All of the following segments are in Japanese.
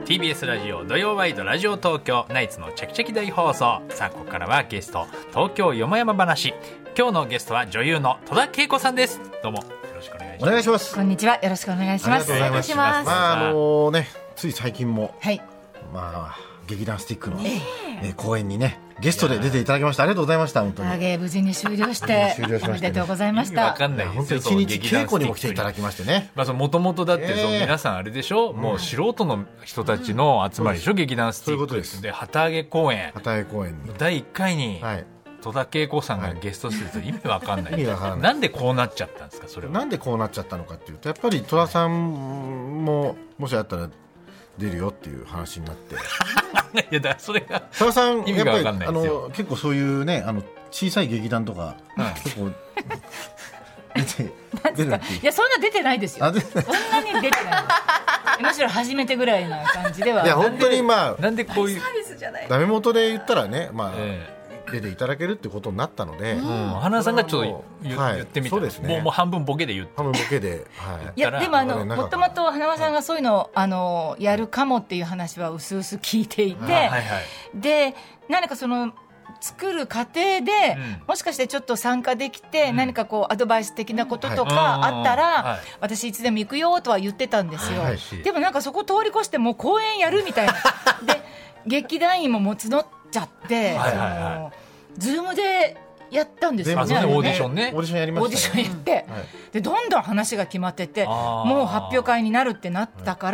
TBS ラジオ土曜ワイドラジオ東京ナイツのチャキチャキ大放送。さあここからはゲスト東京よもやま話。今日のゲストは女優の戸田恵子さんです。どうもよろしくお願いします。 お願いします。 こんにちは、よろしくお願いします。 ありがとうございます。まあつい最近も、 はい、 まあ劇団スティックの、公演にねゲストで出ていただきました。ありがとうございました。本当に無事に終了して終了しましたね。 おめでとうございました。 わかんない本当に一日稽古にも来ていただきましてね。 まあもともとだって皆さんあれでしょ、もう素人の人たちの集まりでしょ、劇団スティック。 そういうことです。 で旗揚げ公演に第1回に、 はい、 戸田恵子さんがゲスト出演する、意味わかんない。 意味わからない。 なんでこうなっちゃったんですか。それはなんでこうなっちゃったのかっていうと、やっぱり戸田さんももしあったら出るよっていう話になっていやだそれが戸田さん意味がわかんないですよ。 結構そういうね小さい劇団とか、結構出るっていう。 いやそんな出てないですよ。そんなに出てないむしろ初めてぐらいな感じでは。 いや本当にまあなんでこういうダメ元で言ったらね、まあ出ていただけるってことになったので、 花さんがちょっと言ってみた。 そうですね。 もう半分ボケで言って。 半分ボケで。 いやでももともと花輪さんがそういうのをやるかもっていう話はうすうす聞いていて、で何かその作る過程で、もしかしてちょっと参加できて、何かこうアドバイス的なこととかあったら、私いつでも行くよとは言ってたんですよ。でもなんかそこ通り越してもう公演やるみたいなで劇団員ももつのっちゃって、ズームでやったんですよね。 オーディションね。 オーディションやりました。 オーディションやって、でどんどん話が決まってて、もう発表会になるってなったから、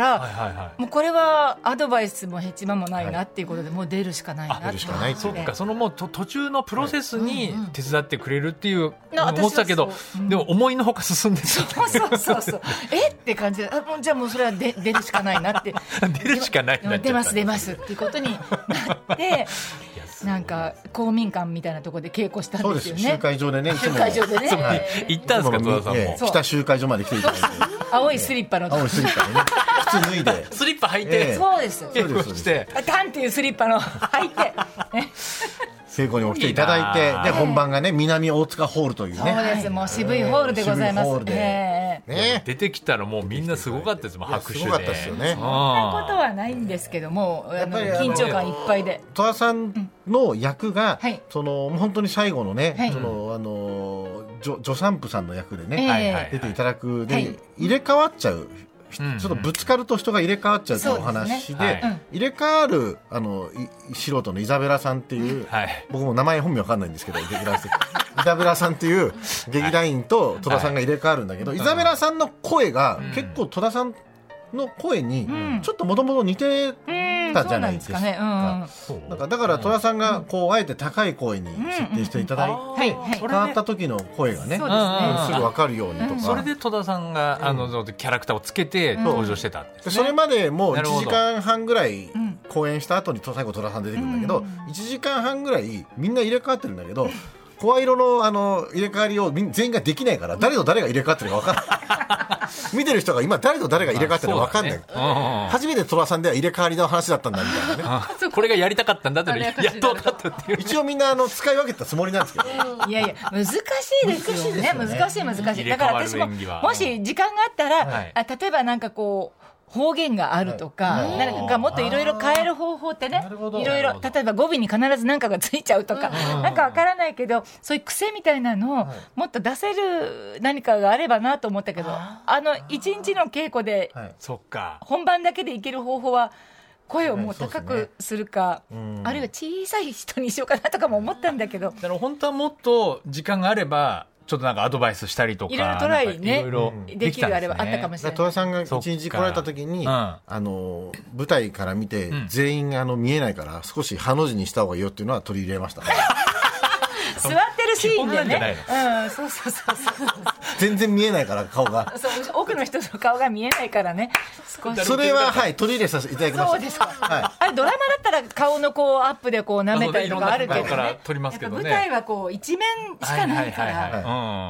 もうこれはアドバイスもヘチマもないなっていうことで、もう出るしかないなって。 そっか、そのもう途中のプロセスに手伝ってくれるっていう思ってたけど、でも思いのほか進んでる。 そうって感じで、じゃあもうそれは出るしかないなって出るしかないなって出ますっていうことになってなんか公民館みたいなところで稽古したんですよね。 集会場でね。 集会場でね。 行ったんですか、戸田さんも。 北集会場まで来ていただいて。 青いスリッパの。 青いスリッパでね。靴脱いで。 スリッパ履いて。 そうです。 稽古して。 タンっていうスリッパの履いて。 稽古にも来ていただいて、で本番がね南大塚ホールというね。 そうです。もう渋いホールでございます。 出てきたらもうみんなすごかったです。拍手で。 すごかったですよね。 そんなことはないんですけども、緊張感いっぱいで。 戸田さんの役がその本当に最後のね、その助産婦さんの役でね出ていただくで入れ替わっちゃう。ちょっとぶつかると人が入れ替わっちゃうというお話で、入れ替わる素人のイザベラさんっていう、僕も名前本名わかんないんですけど、イザベラさんっていう劇団員と戸田さんが入れ替わるんだけど、イザベラさんの声が結構戸田さんの声にちょっともともと似てたじゃないですか。だから戸田さんがこうあえて高い声に設定していただいて、変わった時の声がねすぐ分かるようにとか。 それで戸田さんがキャラクターをつけて登場してたんですね。 それまでもう1時間半ぐらい公演した後に最後戸田さん出てくるんだけど、1時間半ぐらいみんな入れ替わってるんだけど、声色の入れ替わりを全員ができないから、誰と誰が入れ替わってるか分からない見てる人が今誰と誰が入れ替わってるか分かんない。初めて戸田さんでは入れ替わりの話だったんだみたいなね。 これがやりたかったんだってやっと分かったっていう。 一応みんな使い分けたつもりなんですけど、 いや難しいですよね。難しい。だから私ももし時間があったら、例えばなんかこう方言があるとか、なんかもっといろいろ変える方法ってね、いろいろ、例えば語尾に必ず何かがついちゃうとか、なんかわからないけど、そういう癖みたいなのをもっと出せる何かがあればなと思ったけど、一日の稽古で本番だけでいける方法は声をもう高くするか、あるいは小さい人にしようかなとかも思ったんだけど、 だから本当はもっと時間があればちょっとなんかアドバイスしたりとか、 いろいろトライね、できるあればあったかもしれない。 戸田さんが一日来られた時に、舞台から見て全員見えないから少しハの字にした方がいいよっていうのは取り入れました。 座ってるシーンでね、そう全然見えないから顔が、 奥の人の顔が見えないからね、 それは取り入れさせていただきました。 そうですか。あれドラマだったら顔のこうアップでこう舐めたりとかあるけどね、舞台はこう一面しかないから、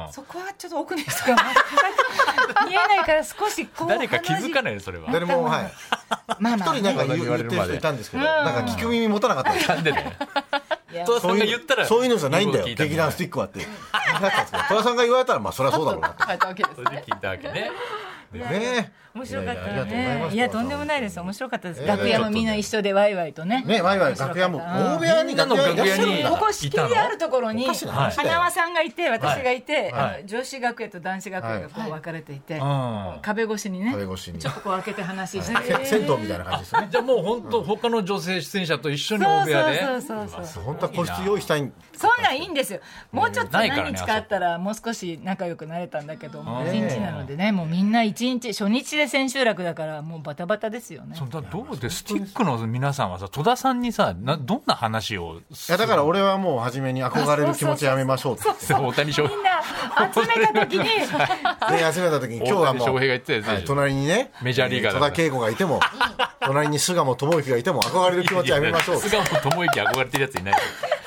そこはちょっと奥の人が見えないから少しこう、 誰か気づかないよそれは。 誰も一人なんか言ってる人いたんですけど、なんか聞く耳持たなかったんです。 なんでね。 そういうのじゃないんだよ劇団スティックはって戸田さんが言われたら、まあそれはそうだろうなって聞いたわけね。 ね。 面白かったね。いやとんでもないです。面白かったです。楽屋もみんな一緒でワイワイとね。 ねワイワイ楽屋も大部屋に楽屋にここ仕切りあるところに花輪さんがいて私がいて女子楽屋と男子楽屋がこう分かれていて壁越しにねちょっとこう開けて話して銭湯みたいな感じですね。 じゃあもう本当他の女性出演者と一緒に大部屋で。 そう本当は個室用意したい。 そんなんいいんですよ。もうちょっと何日かあったらもう少し仲良くなれたんだけど1日なのでねもうみんな1日初日で千秋楽だからもうバタバタですよね。 どうでスティックの皆さんはさ戸田さんにさどんな話を。 いやだから俺はもう初めに憧れる気持ちやめましょうって大谷翔平みんな集めた時に集めた時に今日はもう隣にねメジャーリーガー戸田恵子がいても隣に巣鴨智之がいても憧れる気持ちやめましょう。 巣鴨智之憧れてるやついない。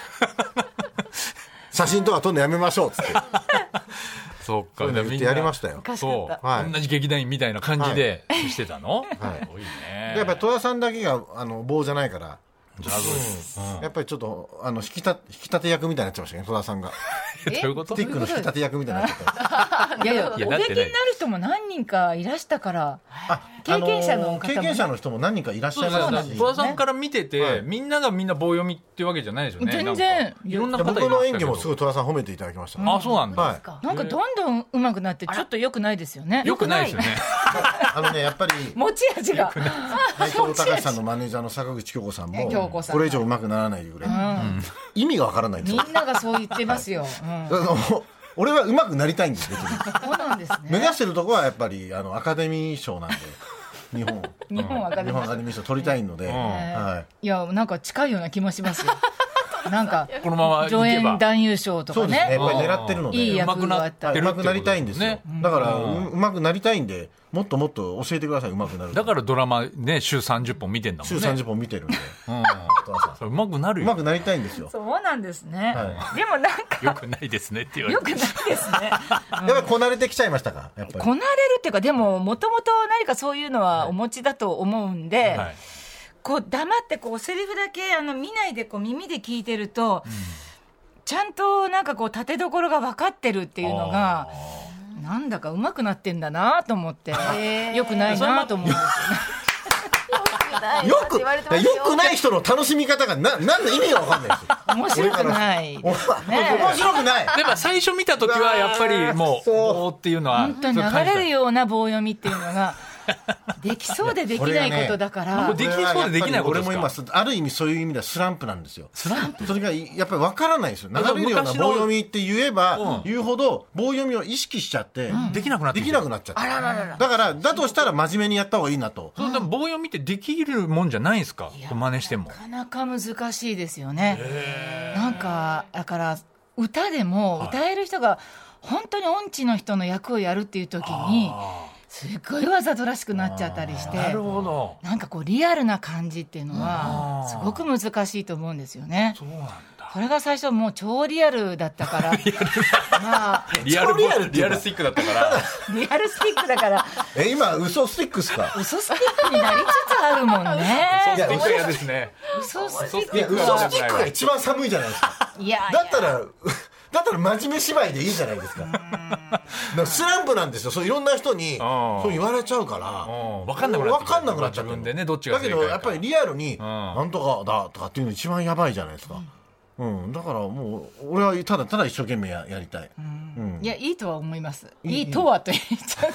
写真とか撮るのやめましょうっつって。 そうか、 言ってやりましたよ。 そう、同じ劇団員みたいな感じでしてたの。すごいね。 やっぱり戸田さんだけが棒じゃないから。やっぱりちょっと引き立て役みたいになっちゃいましたね戸田さんが。 どういうこと？ スティックの引き立て役みたいになっちゃった。 いやお劇になる人も何人かいらしたから経験者の人も何人かいらっしゃいますし、 戸田さんから見ててみんながみんな棒読みってわけじゃないですよね。 全然いろんな方いましたけど。 僕の演技もすごい戸田さん褒めていただきました。 あ、そうなんだ。 なんかどんどん上手くなってちょっと良くないですよね。 良くないですよね。 やっぱり持ち味が内藤隆さんのマネージャーの坂口京子さんもこれ以上上手くならないぐらい意味がわからないんですよ。 みんながそう言ってますよ。 俺は上手くなりたいんです。 そうなんですね。 目指してるところはやっぱりアカデミー賞なんで日本アカデミー賞取りたいので、 いやなんか近いような気もしますよ。なんかこのまま助演男優賞とかね。 そうですね。やっぱり狙ってるのでいい役があったら上手くなりたいんですよ。だから上手くなりたいんでもっともっと教えてください。上手くなる。 だからドラマね週30本見てんだもんね。 週30本見てるんで。 それ上手くなるよ。 上手くなりたいんですよ。 そうなんですね。でもなんかよくないですねって言われて。 よくないですね。 やっぱりこなれてきちゃいましたか。やっぱりこなれるっていうかでももともと何かそういうのはお持ちだと思うんで。こう黙ってこうセリフだけ見ないでこう耳で聞いてると、ちゃんとなんかこう立てどころが分かってるっていうのがなんだか上手くなってんだなと思ってよくないなと思うんですよね。よくない人の楽しみ方がなんで意味が分かんないですよ。 面白くない面白くない。 でも最初見た時はやっぱりもう棒っていうのは本当に流れるような棒読みっていうのができそうでできないことだから、 できそうでできないことですか。 俺も今ある意味そういう意味ではスランプなんですよ。スランプ。それがやっぱり分からないですよ。流れるような棒読みって言えば言うほど棒読みを意識しちゃってできなくなっちゃって。 だからだとしたら真面目にやった方がいいなと。 それでも棒読みってできるもんじゃないですか。真似してもなかなか難しいですよね。なんかだから歌でも歌える人が本当に音痴の人の役をやるっていう時にすっごいわざとらしくなっちゃったりして、 なるほど。 なんかこうリアルな感じっていうのはすごく難しいと思うんですよね。 そうなんだ。 それが最初もう超リアルだったからまあリアルスティックだったからリアルスティックだから今嘘スティックっすか。 嘘スティックになりつつあるもんね。 嘘スティック嫌ですね。 嘘スティック嘘スティックが一番寒いじゃないですか。だったら真面目芝居でいいじゃないですか。スランプなんですよ。そういろんな人にそう言われちゃうから分かんなくなっちゃう。自分でねどっちがだけどやっぱりリアルになんとかだとかっていうの一番やばいじゃないですか。だからもう俺はただ一生懸命やりたい。 いやいいとは思います。いいとはと言っちゃう。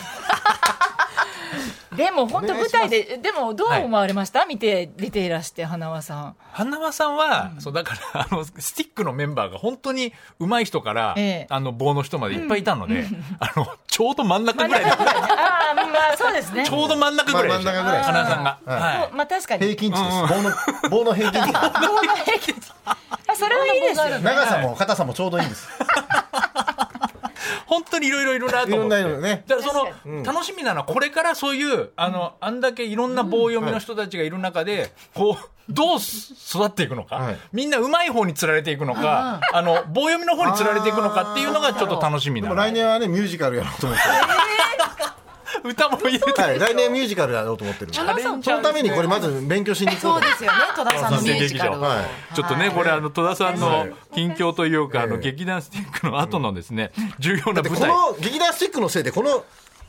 でも本当舞台ででもどう思われました？見て出ていらして花輪さん。 花輪さんはそうだからスティックのメンバーが本当に上手い人から棒の人までいっぱいいたのでちょうど真ん中ぐらい。 まあそうですね。 ちょうど真ん中ぐらいでした。花輪さんが。 まあ確かに平均値です。棒の平均値。 それはいいですよ。 長さも硬さもちょうどいいんです。 本当にいろいろなと思って。だからその楽しみなのはこれからそういうあんだけいろんな棒読みの人たちがいる中でこうどう育っていくのか、みんな上手い方に釣られていくのか棒読みの方に釣られていくのかっていうのがちょっと楽しみなの。 来年はねミュージカルやろうと思って。 歌も入れて、 来年ミュージカルやろうと思ってる。そのためにこれまず勉強しに行こう。 そうですよね。戸田さんのミュージカル。 ちょっとねこれ戸田さんの近況というか劇団スティックの後のですね重要な舞台。 この劇団スティックのせいでこの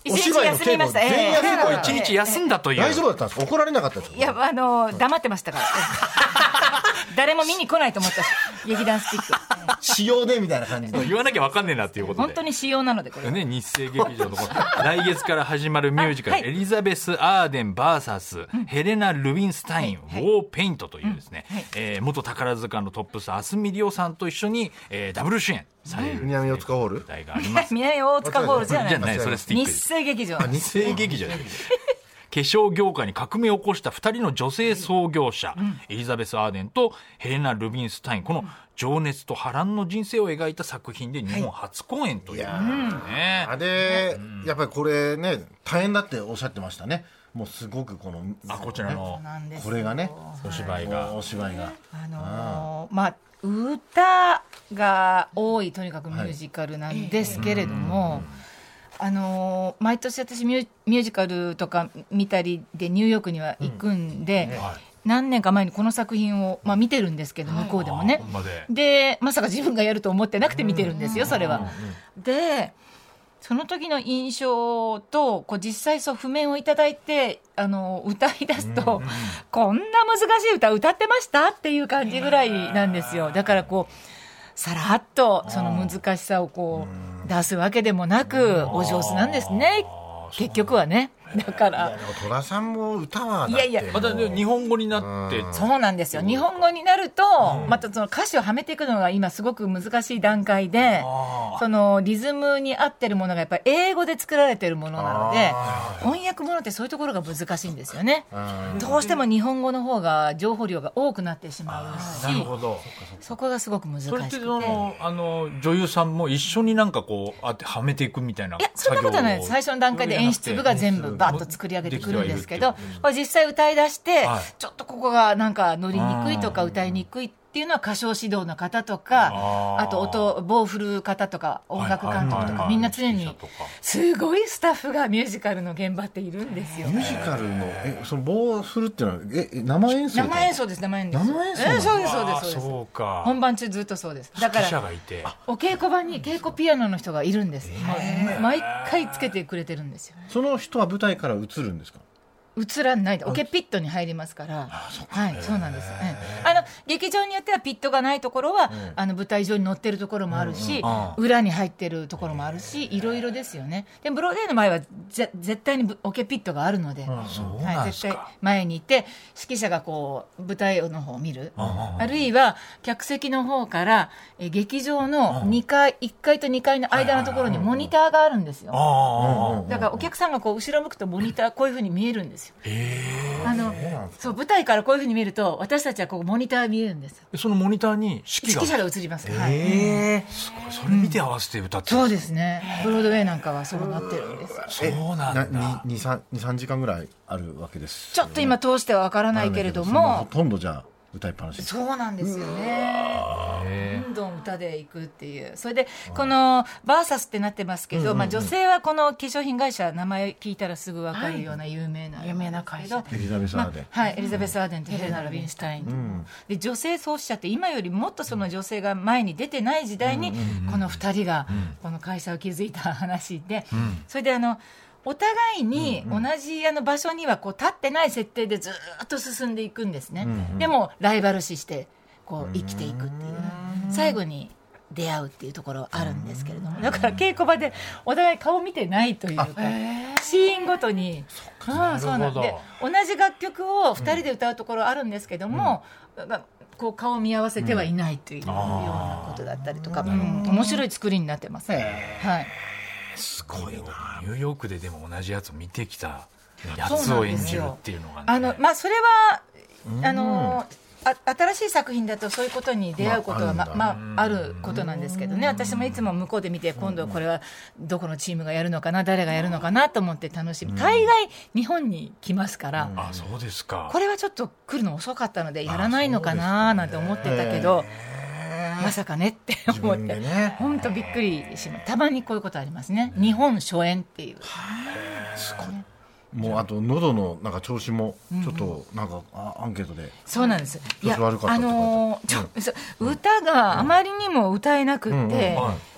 お芝居の稽古全員休んだ。一日休んだという。 大丈夫だったんですか？怒られなかったですか？ いや、黙ってましたから。誰も見に来ないと思ったし、劇団スティック。 仕様でみたいな感じで。 言わなきゃ分かんねえなっていうことで。 本当に仕様なので、これ。 ね、日生劇場の来月から始まるミュージカル、エリザベス・アーデン VS ヘレナ・ルビンスタイン、ウォー・ペイントというですね、元宝塚のトップスター、明日海りおさんと一緒に、ダブル主演される。 南大塚ホール題があります。 南大塚ホールじゃない。 それスティック。 日生劇場。 日生劇場。化粧業界に革命を起こした2人の女性創業者、エリザベス・アーデンとヘレナ・ルビンスタイン、この情熱と波乱の人生を描いた作品で日本初公演という、ね。 あれ、やっぱりこれね、大変だっておっしゃってましたね。もうすごくこのこちらのこれがね、 お芝居がまあ歌が多いとにかくミュージカルなんですけれども、毎年私ミュージカルとか見たりでニューヨークには行くんで、何年か前にこの作品を、見てるんですけど、向こうでもね、でまさか自分がやると思ってなくて見てるんですよ、それは。でその時の印象と実際譜面をいただいて歌い出すと、こんな難しい歌歌ってましたっていう感じぐらいなんですよ。だからさらっとその難しさを出すわけでもなくお上手なんですね、結局はね。だから戸田さんも歌はまた日本語になって、 そうなんですよ。日本語になるとまたその歌詞をはめていくのが今すごく難しい段階で、そのリズムに合ってるものがやっぱり英語で作られてるものなので、翻訳ものってそういうところが難しいんですよね。どうしても日本語の方が情報量が多くなってしまうし、 なるほど、 そこがすごく難しくて。 それって女優さんも一緒にはめていくみたいな。 いや、そんなことはないです。最初の段階で演出部が全部バッと作り上げてくるんですけど、実際歌い出して、ちょっとここが乗りにくいとか歌いにくいっていうのは歌唱指導の方とか、あと棒振る方とか音楽監督とか、みんな常にすごいスタッフがミュージカルの現場っているんですよ。 ミュージカルのその棒振るっていうのは生演奏？ 生演奏です。生演奏。そうですそうです。 そうか。 本番中ずっとそうです。だからお稽古場に稽古ピアノの人がいるんです。毎回つけてくれてるんですよ。 その人は舞台から映るんですか？ 映らないでオケピットに入りますから。はい、そうなんです。劇場によってはピットがないところは、舞台上に乗ってるところもあるし、裏に入ってるところもあるし、いろいろですよね。でブロードウェイの前は絶対にオケピットがあるので、絶対前にいて指揮者が舞台の方を見る、あるいは客席の方から劇場の1階と2階の間のところにモニターがあるんですよ。だからお客さんが後ろ向くとモニターこういう風に見えるんですよ。そう、舞台からこういう風に見ると私たちはモニター見えるんです。 そのモニターに指揮者が映ります。すごい。それ見て合わせて歌ってる。 そうですね。ブロードウェイなんかはそうなってるんです。 そうなんだ。 2、3時間ぐらいあるわけです。 ちょっと今通してはわからないけれども、 ほとんどじゃあ歌いっぱなし。 そうなんですよね。どんどん歌でいくっていう。それでこのバーサスってなってますけど、女性はこの化粧品会社名前聞いたらすぐ分かるような有名な会社。 エリザベス・アーデン。 はい、エリザベス・アーデンとヘレナ・ルビンスタイン。で女性創始者って今よりもっとその女性が前に出てない時代にこの2人がこの会社を築いた話で、それでお互いに同じ場所には立ってない設定でずっと進んでいくんですね。でもライバル視して生きていくっていう、最後に出会うっていうところあるんですけれども、だから稽古場でお互い顔見てないというか、シーンごとにそうなんで同じ楽曲を2人で歌うところあるんですけども、顔を見合わせてはいないというようなことだったりとか、面白い作りになってます。はい。 すごいな。ニューヨークででも同じやつを見てきたやつを演じるっていうのがね。 それは新しい作品だとそういうことに出会うことはあることなんですけどね。私もいつも向こうで見て、今度これはどこのチームがやるのかな、誰がやるのかなと思って楽しみ。大概日本に来ますから、 そうですか。 これはちょっと来るの遅かったのでやらないのかななんて思ってたけど、まさかねって思って、本当びっくりします。たまにこういうことありますね。日本初演っていう。 すごい。もうあと喉の調子もちょっとアンケートでそうなんです。 調子悪かったって歌があまりにも歌えなくって、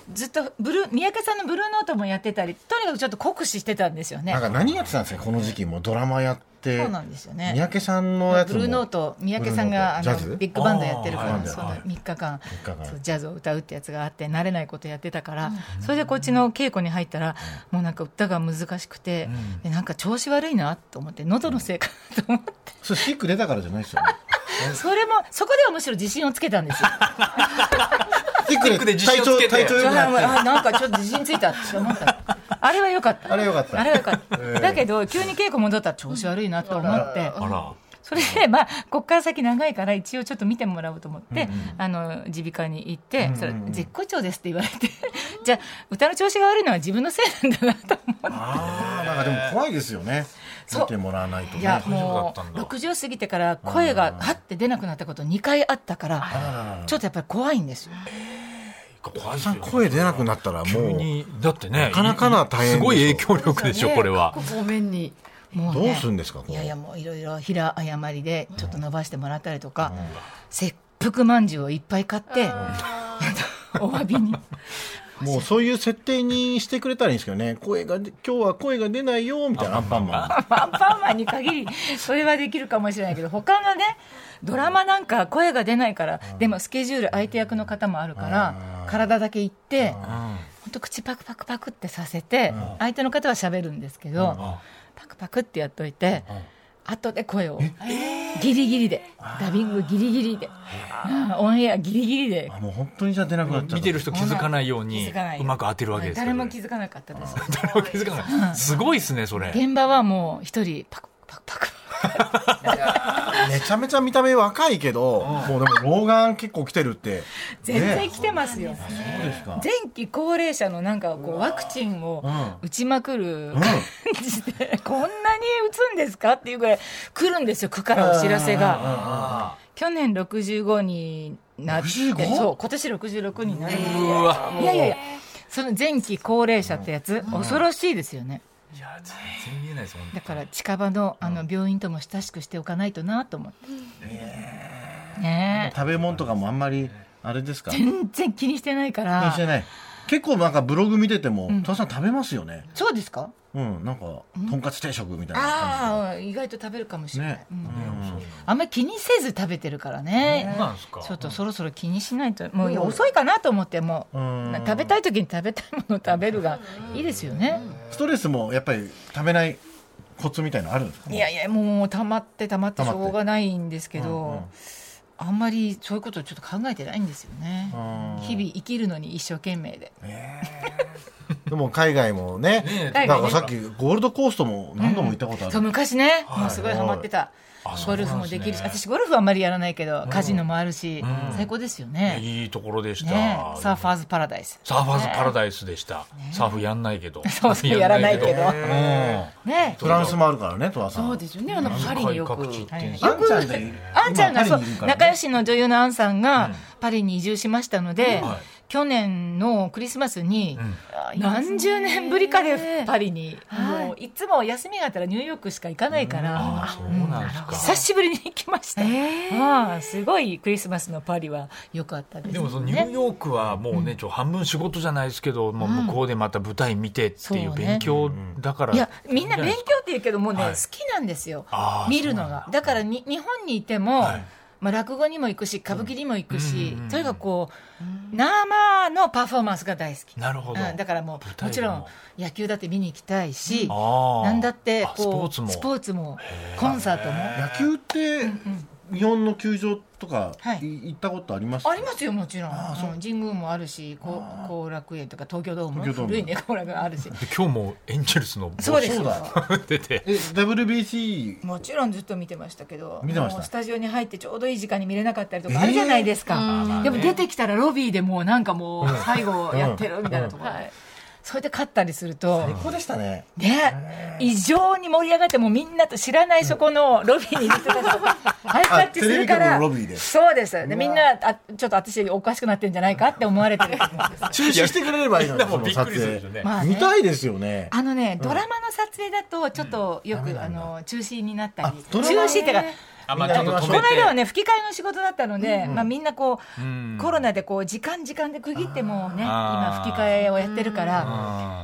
ずっと三宅さんのブルーノートもやってたり、とにかくちょっと酷使してたんですよね。 なんか何やってたんですかこの時期もドラマやって。 そうなんですよね。 三宅さんのやつもブルーノート、三宅さんがビッグバンドやってるから、そうだ3日間ジャズを歌うってやつがあって、慣れないことやってたから、それでこっちの稽古に入ったらもうなんか歌が難しくて、でなんか調子悪いなと思って、喉のせいかなと思って。 それシック出たからじゃないですよね。 それもそこではむしろ自信をつけたんですよ。 シックで自信をつけて、 体調良くなって、 なんかちょっと自信ついたって思った。あれは良かった。 あれは良かった。 だけど急に稽古戻ったら調子悪いなと思って。それでこっから先長いから一応ちょっと見てもらおうと思って耳鼻科に行って、それ絶好調ですって言われて、じゃあ歌の調子が悪いのは自分のせいなんだなと思って。 なんかでも怖いですよね。見てもらわないとね。 いやもう60過ぎてから声がはって出なくなったこと2回あったから、ちょっとやっぱり怖いんですよ。 声出なくなったらもうだってね、 なかなかな大変。 すごい影響力でしょこれは。 ご面にもうね、 どうするんですか。 いやいやもういろいろ平誤りでちょっと伸ばしてもらったりとか、切腹まんじゅうをいっぱい買ってお詫びに。 もうそういう設定にしてくれたらいいんですけどね。今日は声が出ないよみたいな。アンパンマンアンパンマンに限りそれはできるかもしれないけど、他のねドラマなんか声が出ないから、でもスケジュール相手役の方もあるから体だけ行って本当口パクパクパクってさせて、相手の方は喋るんですけどパクパクってやっといて、後で声をギリギリで、ダビングギリギリで、オンエアギリギリで、 もう本当にじゃ出なくなっちゃう。 見てる人気づかないようにうまく当てるわけです。 誰も気づかなかったです。 誰も気づかない。すごいですねそれ。 現場はもう一人パクパクパク。 めちゃめちゃ見た目若いけど、もうでも老眼結構来てるって。 全然来てますよ。 そうですか。 前期高齢者のなんかこうワクチンを打ちまくる感じで、こんなに打つんですかっていうぐらい来るんですよ、区からお知らせが。去年65になって、そう今年66になる。いやいやいや、その前期高齢者ってやつ、恐ろしいですよね。 いや全然見えないですもんね。 だから近場の病院とも親しくしておかないとなと思って。 食べ物とかもあんまりあれですか。 全然気にしてないから。 気にしてない。結構なんかブログ見てても戸田さん食べますよね。 そうですか。 なんかとんかつ定食みたいな感じで。意外と食べるかもしれない。あんまり気にせず食べてるからね。ちょっとそろそろ気にしないと、もう遅いかなと思って、もう食べたい時に食べたいものを食べるがいいですよね。 ストレスもやっぱり食べないコツみたいなのあるんですか。 いやいやもう溜まってしょうがないんですけど、あんまりそういうことをちょっと考えてないんですよね。日々生きるのに一生懸命で。 でも海外もね、だからさっきゴールドコーストも何度も行ったことある。 そう昔ね、もうすごいハマってた。ゴルフもできるし、私ゴルフはあんまりやらないけどカジノもあるし最高ですよね。 いいところでした。 サーファーズパラダイス。 サーファーズパラダイスでした。サーフやんないけど。 そうやらないけど。 ね、フランスもあるからね、戸田さん。 そうですよね。パリによく。アンちゃんが仲良しの女優のアンさんがパリに移住しましたので。去年のクリスマスに何十年ぶりかでパリに、もういつも休みがあったらニューヨークしか行かないから、久しぶりに行きました。すごいクリスマスのパリは良かったですね。 でもそのニューヨークはもうね、半分仕事じゃないですけど、もう向こうでまた舞台見てっていう勉強だから。 いやみんな勉強って言うけどもね、好きなんですよ、見るのが。だから日本にいても、落語にも行くし歌舞伎にも行くし、とにかくこう生のパフォーマンスが大好き。 なるほど。 だからもちろん野球だって見に行きたいし、なんだってこうスポーツもコンサートも。 野球って日本の球場とか行ったことありますか。 ありますよ、もちろん。神宮もあるし、後楽園とか東京ドーム、古いね後楽園あるし。 今日もエンジェルスのそうです出て WBC もちろんずっと見てましたけど、 見てました。 スタジオに入ってちょうどいい時間に見れなかったりとかあるじゃないですか。でも出てきたらロビーでもうなんかもう最後やってるみたいなところで、それで勝ったりすると最高でしたね。 異常に盛り上がって、もうみんなと知らないそこのロビーにいる人たちとハイタッチするから。そうです。でみんなちょっと私おかしくなってるんじゃないかって思われてる。 中止してくれればいいのに、その撮影見たいですよね。 ドラマの撮影だとちょっとよく中止になったり、中止っていうかちょっと止めて。 この間はね、吹き替えの仕事だったので、みんなこう、コロナでこう、時間で区切ってもね、今吹き替えをやってるから、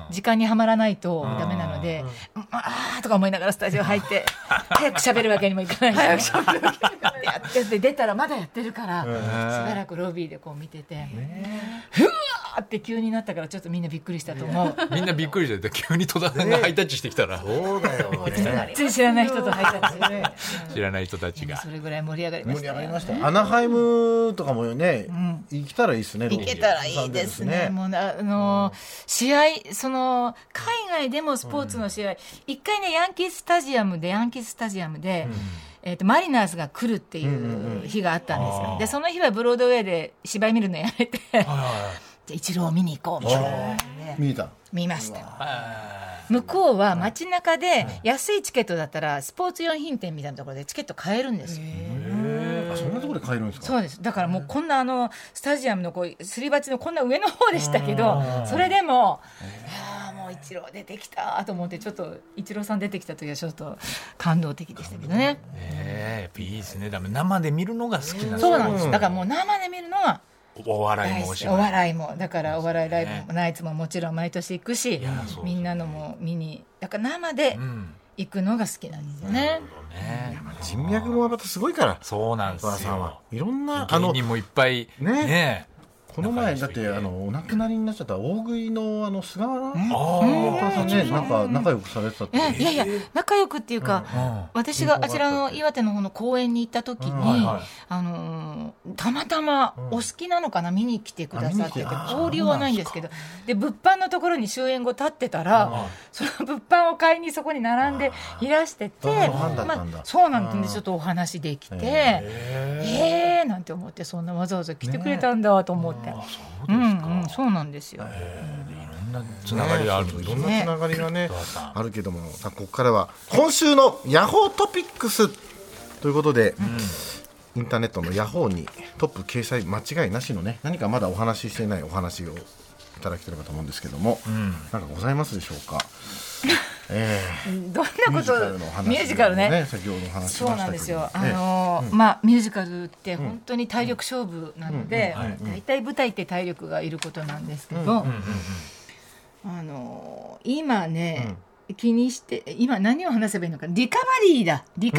時間にはまらないとダメなので、とか思いながらスタジオ入って、早く喋るわけにもいかないし、早く喋るわけにもいかない。やって出たらまだやってるから、しばらくロビーでこう見てて、ふわーって急になったからちょっとみんなびっくりしたと思う。 みんなびっくりして、急に戸田さんがハイタッチしてきたら。 そうだよ。 全然知らない人とハイタッチで。 知らない人たちが。 それぐらい盛り上がりました。 盛り上がりました。アナハイムとかもね、行けたらいいですね。 行けたらいいですね。もう試合、海外でもスポーツの試合、一回ね、ヤンキーススタジアムで、マリナーズが来るっていう日があったんですよ。で、その日はブロードウェイで芝居見るのやめて、イチローを見に行こうみたいな。見ました。向こうは街中で安いチケットだったらスポーツ用品店みたいなところでチケット買えるんですよ。 そんなところで買えるんですか？ そうです。だからもうこんなスタジアムのこうすり鉢のこんな上の方でしたけど、それでももうイチロー出てきたと思って、ちょっとイチローさん出てきた時はちょっと感動的でしたけどね。 やっぱいいですね。生で見るのが好きなんです。 そうなんです。だからもう生で見るのはお笑いもお笑いも、だからお笑いライブもナイツももちろん毎年行くし、みんなのも見に、だから生で行くのが好きなんですよね。 人脈もまたすごいから。 そうなんですよ。 いろんな芸人もいっぱいね。 この前だってお亡くなりになっちゃった大食いの菅原さんね、なんか仲良くされてたって。 いや仲良くっていうか、私があちらの岩手の方の公園に行った時に、たまたまお好きなのかな、見に来てくださってて、交流はないんですけど、で物販のところに終演後立ってたら、その物販を買いにそこに並んでいらしてて、そうなんでちょっとお話できて、なんて思って、そんなわざわざ来てくれたんだと思って。そうなんですよ。 いろんなつながりがある。 いろんなつながりがねあるけども、ここからは今週のヤホートピックスということで、インターネットのヤホーにトップ掲載間違いなしのね、何かまだお話ししていないお話をいただければと思うんですけども、何かございますでしょうか？ どんなことミュージカルね、 先ほどお話しましたけど、 そうなんですよ。ミュージカルって本当に体力勝負なので、大体舞台って体力がいることなんですけど、今ね、気にして今何を話せばいいのか、リカバリー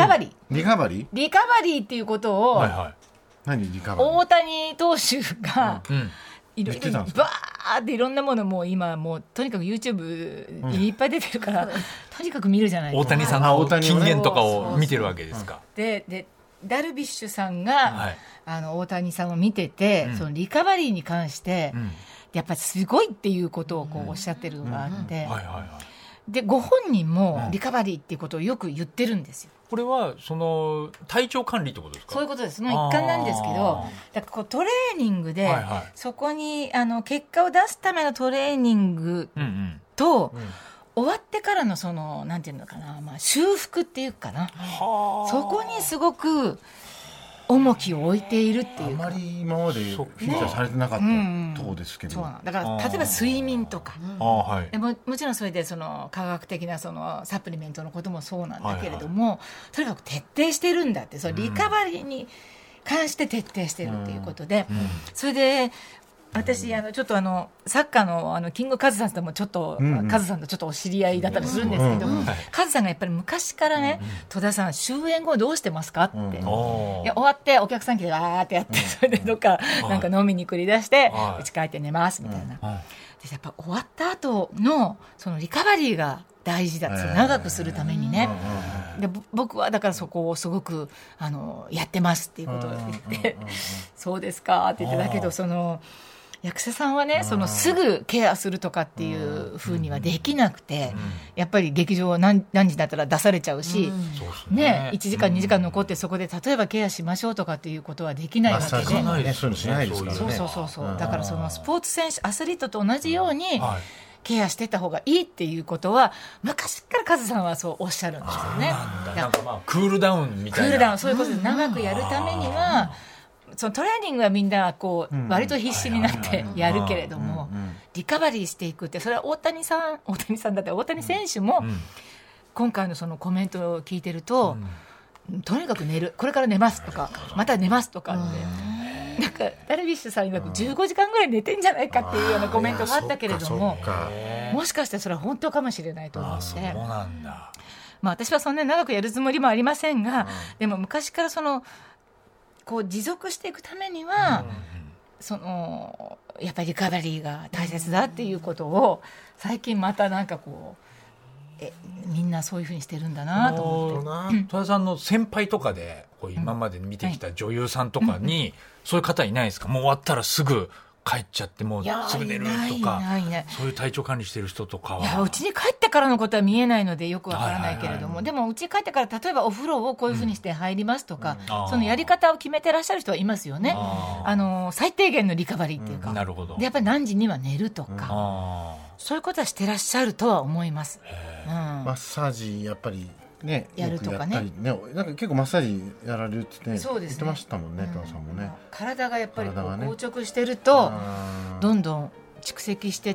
っていうことを、 何リカバリー？ 大谷投手がいろいろバーっていろんなものも今もうとにかく YouTube いっぱい出てるから、とにかく見るじゃないですか。 大谷さんの金言とかを見てるわけですか。 でダルビッシュさんが、大谷さんを見てて、そのリカバリーに関して、やっぱりすごいっていうことをこうおっしゃってるのがあって、でご本人もリカバリーっていうことをよく言ってるんですよ。 これはその体調管理ってことですか？ そういうことです。その一環なんですけど、だからこうトレーニングで、そこに結果を出すためのトレーニングと、終わってからのそのなんていうのかな、修復っていうかな、そこにすごく重きを置いているっていうか、 あまり今までフィーチャーされてなかったとこですけど、 だから例えば睡眠とか、でもちろんそれでその科学的なそのサプリメントのこともそうなんだけれども、とにかく徹底してるんだって、そのリカバリーに関して徹底してるっていうことで、それで私ちょっとサッカーのキングカズさんともちょっと、カズさんとちょっとお知り合いだったりするんですけど、カズさんがやっぱり昔からね、戸田さん終演後どうしてますかって、終わってお客さん来てわーってやって、それでどっかなんか飲みに繰り出して家帰って寝ますみたいな、でやっぱ終わった後のそのリカバリーが大事だって、長くするためにね、で僕はだからそこをすごくやってますっていうことを言って、そうですかって言って、だけどその役者さんはね、そのすぐケアするとかっていうふうにはできなくて、やっぱり劇場何時だったら出されちゃうし、1時間2時間残ってそこで例えばケアしましょうとかっていうことはできないわけで、 そういうのしないですからね。 そうだからそのスポーツ選手アスリートと同じようにケアしてた方がいいっていうことは昔からカズさんはそうおっしゃるんですよね。 なんかクールダウンみたいな、 クールダウン、そういうことで長くやるためには、そのトレーニングはみんなこう割と必死になってやるけれども、リカバリーしていくって、それは大谷さんだって大谷選手も今回のそのコメントを聞いてると、 とにかく寝る、これから寝ますとかまた寝ますとかってなんかダルビッシュさん曰く15時間ぐらい寝てんじゃないかっていうようなコメントがあったけれども、もしかしてそれは本当かもしれないと思って。 そうなんだ。 私はそんなに長くやるつもりもありませんが、でも昔からこう持続していくためには、やっぱりリカバリーが大切だっていうことを最近またなんかこうみんなそういうふうにしてるんだなと思って。 戸田さんの先輩とかでこう今まで見てきた女優さんとかにそういう方いないですか？もう終わったらすぐ帰っちゃってもうすぐ寝るとか、そういう体調管理してる人とかは。 いや、うちに帰ってからのことは見えないのでよくわからないけれども、でもうちに帰ってから例えばお風呂をこういうふうにして入りますとか、そのやり方を決めてらっしゃる人はいますよね。最低限のリカバリーっていうか、 なるほど。 でやっぱり何時には寝るとか、そういうことはしてらっしゃるとは思います。 マッサージやっぱりね、 やるとかね、 なんか結構マッサージやられるってね、 そうですね、 言ってましたもんね、戸田さんもね。 体がやっぱり硬直してるとどんどん蓄積してって、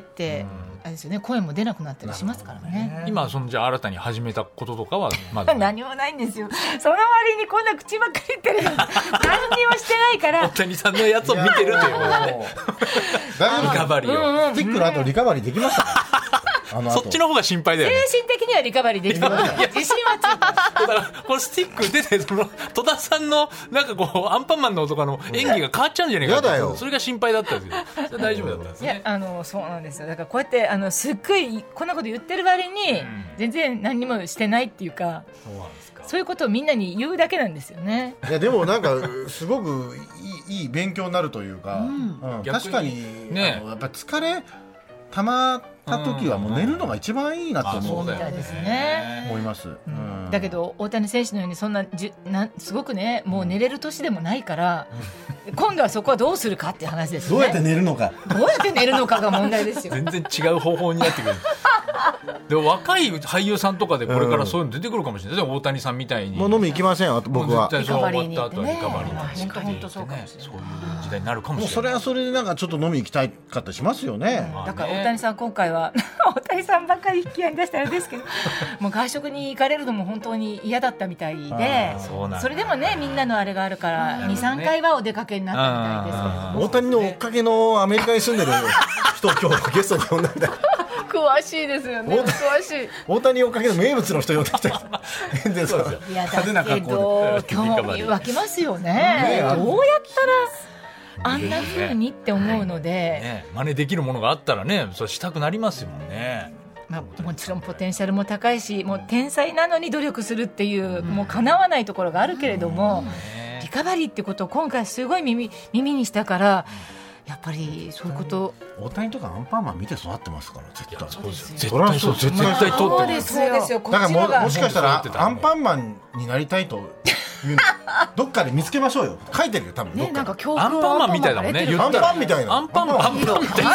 あれですよね、声も出なくなったりしますからね。 今じゃあ新たに始めたこととかはまだ何もないんですよ。その割にこんな口ばっかり言ってるのに何にもしてないから大谷さんのやつを見てるということでリカバリーをスティックの後リカバリーできましたそっちの方が心配だよね。 精神的にはリカバリーできてます。自信はついてます。 だからこのスティック出て戸田さんのなんかこうアンパンマンのとかの演技が変わっちゃうんじゃないかってそれが心配だったんですけど、それ大丈夫だったんですね。 いやそうなんですよ。だからこうやってすっごいこんなこと言ってる割に全然何にもしてないっていうか、そういうことをみんなに言うだけなんですよね。 いやでもなんかすごくいい勉強になるというか、確かにね、やっぱり疲れたまった時はもう寝るのが一番いいなと思うみたいですね。思います。 だけど大谷選手のようにそんなすごくね、もう寝れる年でもないから、今度はそこはどうするかっていう話ですね。 どうやって寝るのか。 どうやって寝るのかが問題ですよ。 全然違う方法になってくる。でも若い俳優さんとかでこれからそういうの出てくるかもしれない。大谷さんみたいに。 もう飲み行きませんよ僕は。 リカバリーに行ってね。 本当そうかもしれない。そういう時代になるかもしれない。 それはそれでなんかちょっと飲み行きたかったりしますよね。 だから大谷さん今回は大谷さんばっかり引き合いに出したらあれですけど、もう外食に行かれるのも本当に嫌だったみたいで、それでもねみんなのあれがあるから2、3回はお出かけになったみたいですけど、 大谷の追っかけのアメリカに住んでる人を今日ゲストに呼んだみたいな。 詳しいですよね。詳しい。 大谷追っかけの名物の人呼んできた。いやだけど興味湧きますよね。どうやったらあんな風にって思うので、 真似できるものがあったらね、それしたくなりますもんね。 もちろんポテンシャルも高いし、もう天才なのに努力するっていう、もう叶わないところがあるけれども、リカバリーってことを今回すごい耳にしたから、やっぱりそういうこと。 大谷とかアンパンマン見て育ってますから絶対。 そうですよ。絶対そう。絶対通ってます。そうですよ。 だからもしかしたらアンパンマンになりたいとどっかで見つけましょうよ。書いてるよ多分。 なんかアンパンマンみたいだもんね。 アンパンみたいな。 アンパンみたい。アン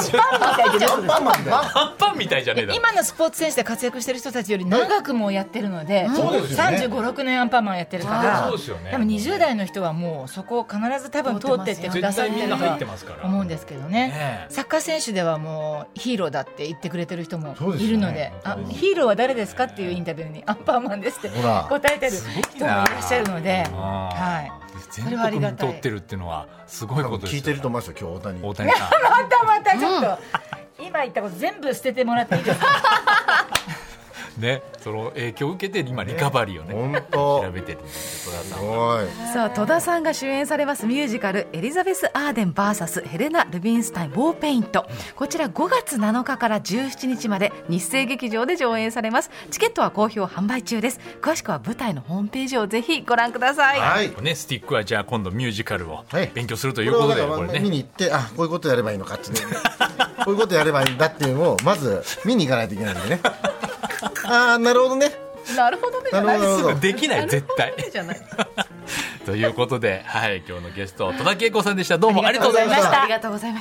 パンみたいじゃねえだろ。 今のスポーツ選手で活躍してる人たちより長くもやってるので、35、6年アンパンマンやってるから、でも20代の人はもうそこを必ず多分通ってってくださってると思うんですけどね。サッカー選手ではもうヒーローだって言ってくれてる人もいるので、ヒーローは誰ですかっていうインタビューにアンパンマンですって答えてる人もいらっしゃるので、 全国に通ってるっていうのはすごいことですよ。 聞いてると思いますよ今日大谷さん。またちょっと、今言ったこと全部捨ててもらっていいですか。 ね、その影響を受けて今リカバリーをね、調べてるんです戸田さんは。 さあ戸田さんが主演されますミュージカルエリザベス・アーデン VS ヘレナ・ルビンスタイン・ウォーペイント、こちら5月7日から17日まで日生劇場で上演されます。チケットは好評販売中です。詳しくは舞台のホームページをぜひご覧ください。 はいね、スティックはじゃあ今度ミュージカルを勉強するということで、 これね見に行って、こういうことやればいいのかってねこういうことやればいいんだっていうのをまず見に行かないといけないんでね。なるほどね。 なるほどね。 すぐできない絶対ということで、今日のゲスト戸田恵子さんでした。どうもありがとうございました。 ありがとうございました。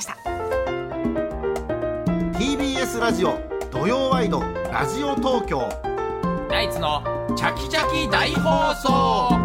TBS ラジオ土曜ワイドラジオ東京ナイツのチャキチャキ大放送。